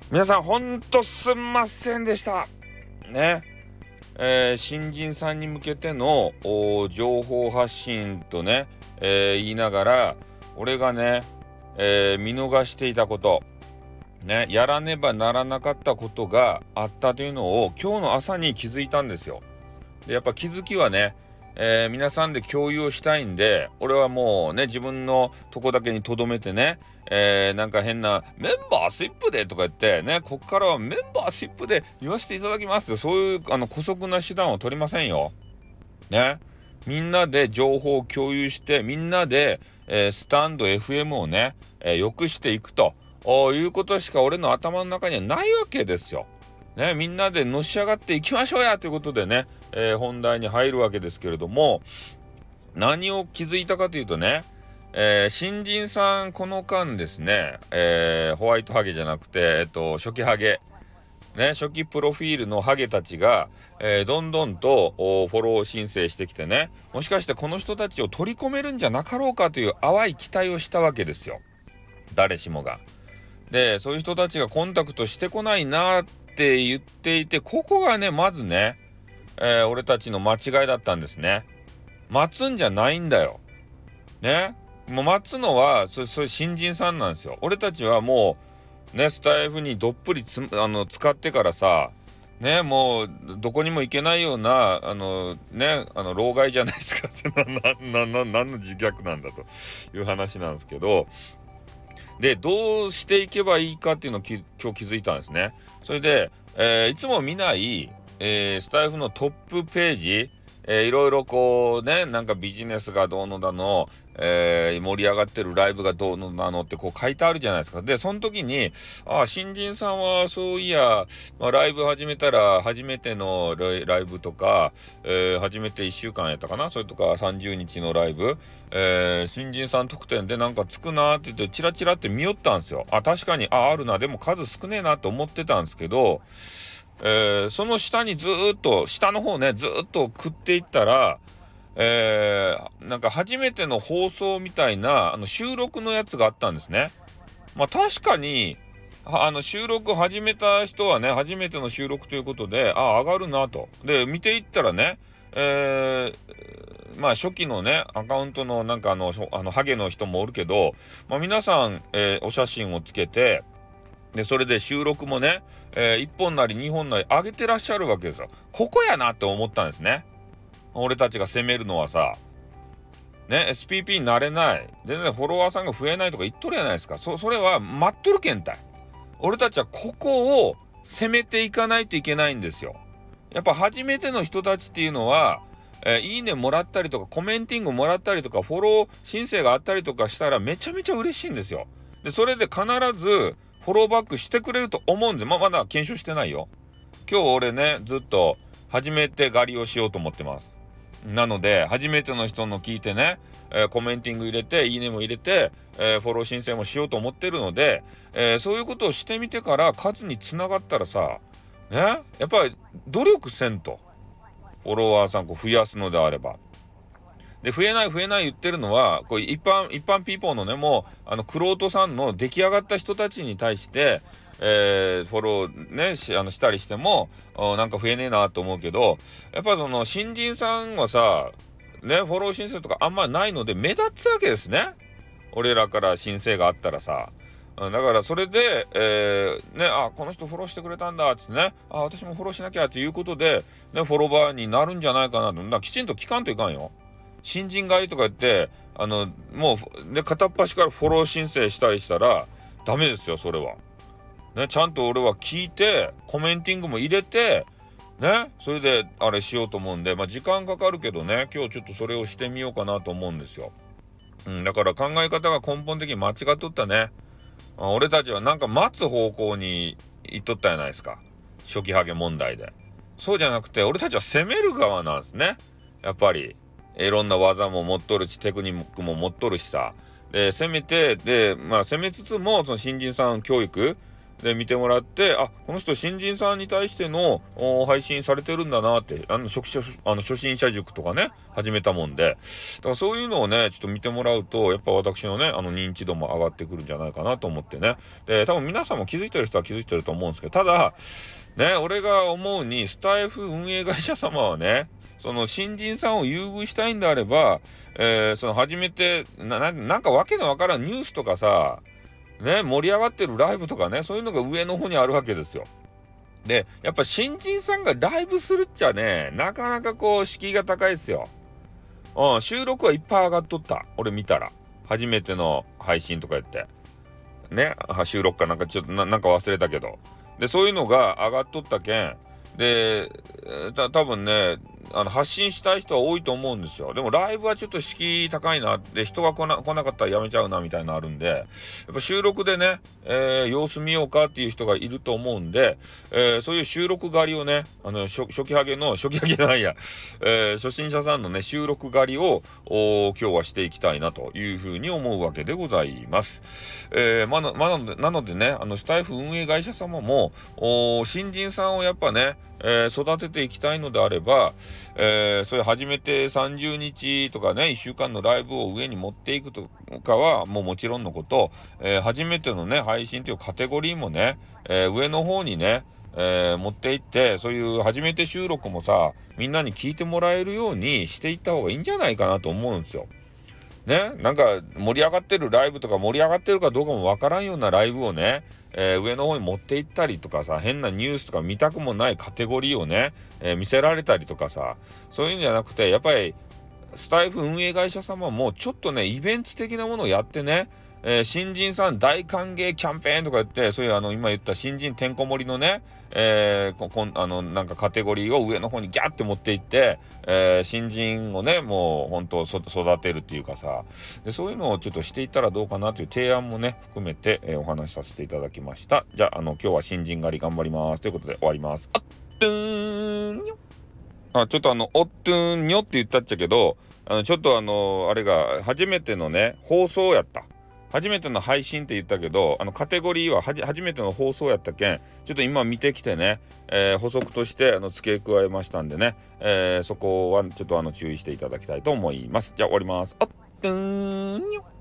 皆さんほんとすんませんでしたね。新人さんに向けての情報発信とね、言いながら俺がね、見逃していたことね、やらねばならなかったことがあったというのを今日の朝に気づいたんですよ。でやっぱ気づきはね、皆さんで共有をしたいんで、俺はもうね自分のとこだけに留めてね、なんか変なメンバーシップでとか言ってね、こっからはメンバーシップで言わせていただきますって、そういう姑息な手段を取りませんよ。ね。みんなで情報を共有して、みんなで、スタンド FM をね、良くしていくということしか俺の頭の中にはないわけですよ。ね、みんなでのし上がっていきましょうやということでね、本題に入るわけですけれども、何を気づいたかというとね、新人さんこの間ですね、ホワイトハゲじゃなくて、初期ハゲね、初期プロフィールのハゲたちが、どんどんとフォロー申請してきてね、もしかしてこの人たちを取り込めるんじゃなかろうかという淡い期待をしたわけですよ、誰しもが。でそういう人たちがコンタクトしてこないなって言っていて、ここがねまずね、俺たちの間違いだったんですね。待つんじゃないんだよね。もう待つのはそれ新人さんなんですよ。俺たちはもうね、スタイフにどっぷり使ってからさね、もうどこにも行けないような老害じゃないですかって何の自虐なんだという話なんですけど、でどうしていけばいいかっていうのを今日気づいたんですね。それで、いつも見ない、スタイフのトップページ、いろいろこうね、なんかビジネスがどうのだの、盛り上がってるライブがどうのだのってこう書いてあるじゃないですか。でその時に新人さんはそういや、ライブ始めたら初めてのライブとか、初めて1週間やったかな、それとか30日のライブ、新人さん特典でなんかつくなって言ってチラチラって見よったんですよ。確かにあるな、でも数少ねえなと思ってたんですけど、その下にずーっと下の方ねずーっと食っていったら、なんか初めての放送みたいな収録のやつがあったんですね。確かに収録始めた人はね、初めての収録ということで上がるなと。で見ていったらね、初期のねアカウントのなんかハゲの人もおるけど、皆さん、お写真をつけて、でそれで収録もね、1本なり2本なり上げてらっしゃるわけですよ。ここやなって思ったんですね。俺たちが責めるのはさね、SPP になれない、全然フォロワーさんが増えないとか言っとるやないですか。それは待っとるけんたい。俺たちはここを攻めていかないといけないんですよ。やっぱ初めての人たちっていうのは、いいねもらったりとかコメンティングもらったりとかフォロー申請があったりとかしたらめちゃめちゃ嬉しいんですよ。でそれで必ずフォローバックしてくれると思うんで、まだ検証してないよ。今日俺ねずっと初めて狩りをしようと思ってます。なので初めての人の聞いてね、コメンティング入れていいねも入れて、フォロー申請もしようと思ってるので、そういうことをしてみてから数につながったらさね、やっぱり努力せんと、フォロワーさん増やすのであれば。で増えない言ってるのはこう一般ピーポーのね、もう玄人さんの出来上がった人たちに対して、フォローねしたりしてもなんか増えねえなと思うけど、やっぱその新人さんはさねフォロー申請とかあんまないので目立つわけですね、俺らから申請があったらさ。だからそれで、この人フォローしてくれたんだってね、私もフォローしなきゃということで、ね、フォロワーになるんじゃないかなと。きちんと聞かんといかんよ。新人狩りとか言ってもうね片っ端からフォロー申請したりしたらダメですよ、それはね。ちゃんと俺は聞いてコメンティングも入れてね、それであれしようと思うんで、時間かかるけどね、今日ちょっとそれをしてみようかなと思うんですよ。だから考え方が根本的に間違っとったね。俺たちはなんか待つ方向に行っとったやないですか、初期ハゲ問題で。そうじゃなくて俺たちは攻める側なんですね。やっぱりいろんな技も持っとるしテクニックも持っとるしさ、で攻めて、で攻めつつもその新人さん教育で見てもらって、あ、この人新人さんに対しての配信されてるんだなって、初心者塾とかね始めたもんで、だからそういうのをねちょっと見てもらうと、やっぱ私のね認知度も上がってくるんじゃないかなと思ってね。で多分皆さんも気づいてる人は気づいてると思うんですけど、ただね、俺が思うにスタイフ運営会社様はね、その新人さんを優遇したいんであれば、その初めてなんかわけのわからんニュースとかさ、ね、盛り上がってるライブとかね、そういうのが上の方にあるわけですよ。で、やっぱ新人さんがライブするっちゃね、なかなかこう敷居が高いですよ。収録はいっぱい上がっとった。俺見たら。初めての配信とかやって。ね、収録かなんかちょっとなんか忘れたけど。で、そういうのが上がっとったけん。で、多分ね、発信したい人は多いと思うんですよ。でもライブはちょっと敷居高いなって、人が来なかったらやめちゃうなみたいなのあるんで、やっぱ収録でね、様子見ようかっていう人がいると思うんで、そういう収録狩りをね、初期ハゲないや、初心者さんのね、収録狩りを今日はしていきたいなというふうに思うわけでございます。なのでね、スタイフ運営会社様も、新人さんをやっぱね、育てていきたいのであれば、それ初めて30日とかね、1週間のライブを上に持っていくとかはもちろんのこと、初めてのね、配信というカテゴリーもね、上の方にね、持っていって、そういう初めて収録もさ、みんなに聞いてもらえるようにしていった方がいいんじゃないかなと思うんですよ。ね、なんか盛り上がってるライブとか盛り上がってるかどうかもわからんようなライブをね、上の方に持っていったりとかさ、変なニュースとか見たくもないカテゴリーをね、見せられたりとかさ、そういうんじゃなくて、やっぱりスタイフ運営会社様もちょっとね、イベント的なものをやってね、新人さん大歓迎キャンペーンとか言って、そういう今言った新人てんこ盛りのね、なんかカテゴリーを上の方にギャッて持っていって、新人をね、もう本当育てるっていうかさ、でそういうのをちょっとしていったらどうかなという提案もね、含めて、お話しさせていただきました。じゃあ、今日は新人狩り頑張りますということで終わります。あっとーんにょ。ちょっとおっとーんにょって言ったっちゃけど、ちょっとあれが初めてのね、放送やった。初めての配信って言ったけど、カテゴリーは初めての放送やったけん、ちょっと今見てきてね、補足として付け加えましたんでね、そこはちょっと注意していただきたいと思います。じゃあ終わります。あっとーんにょ。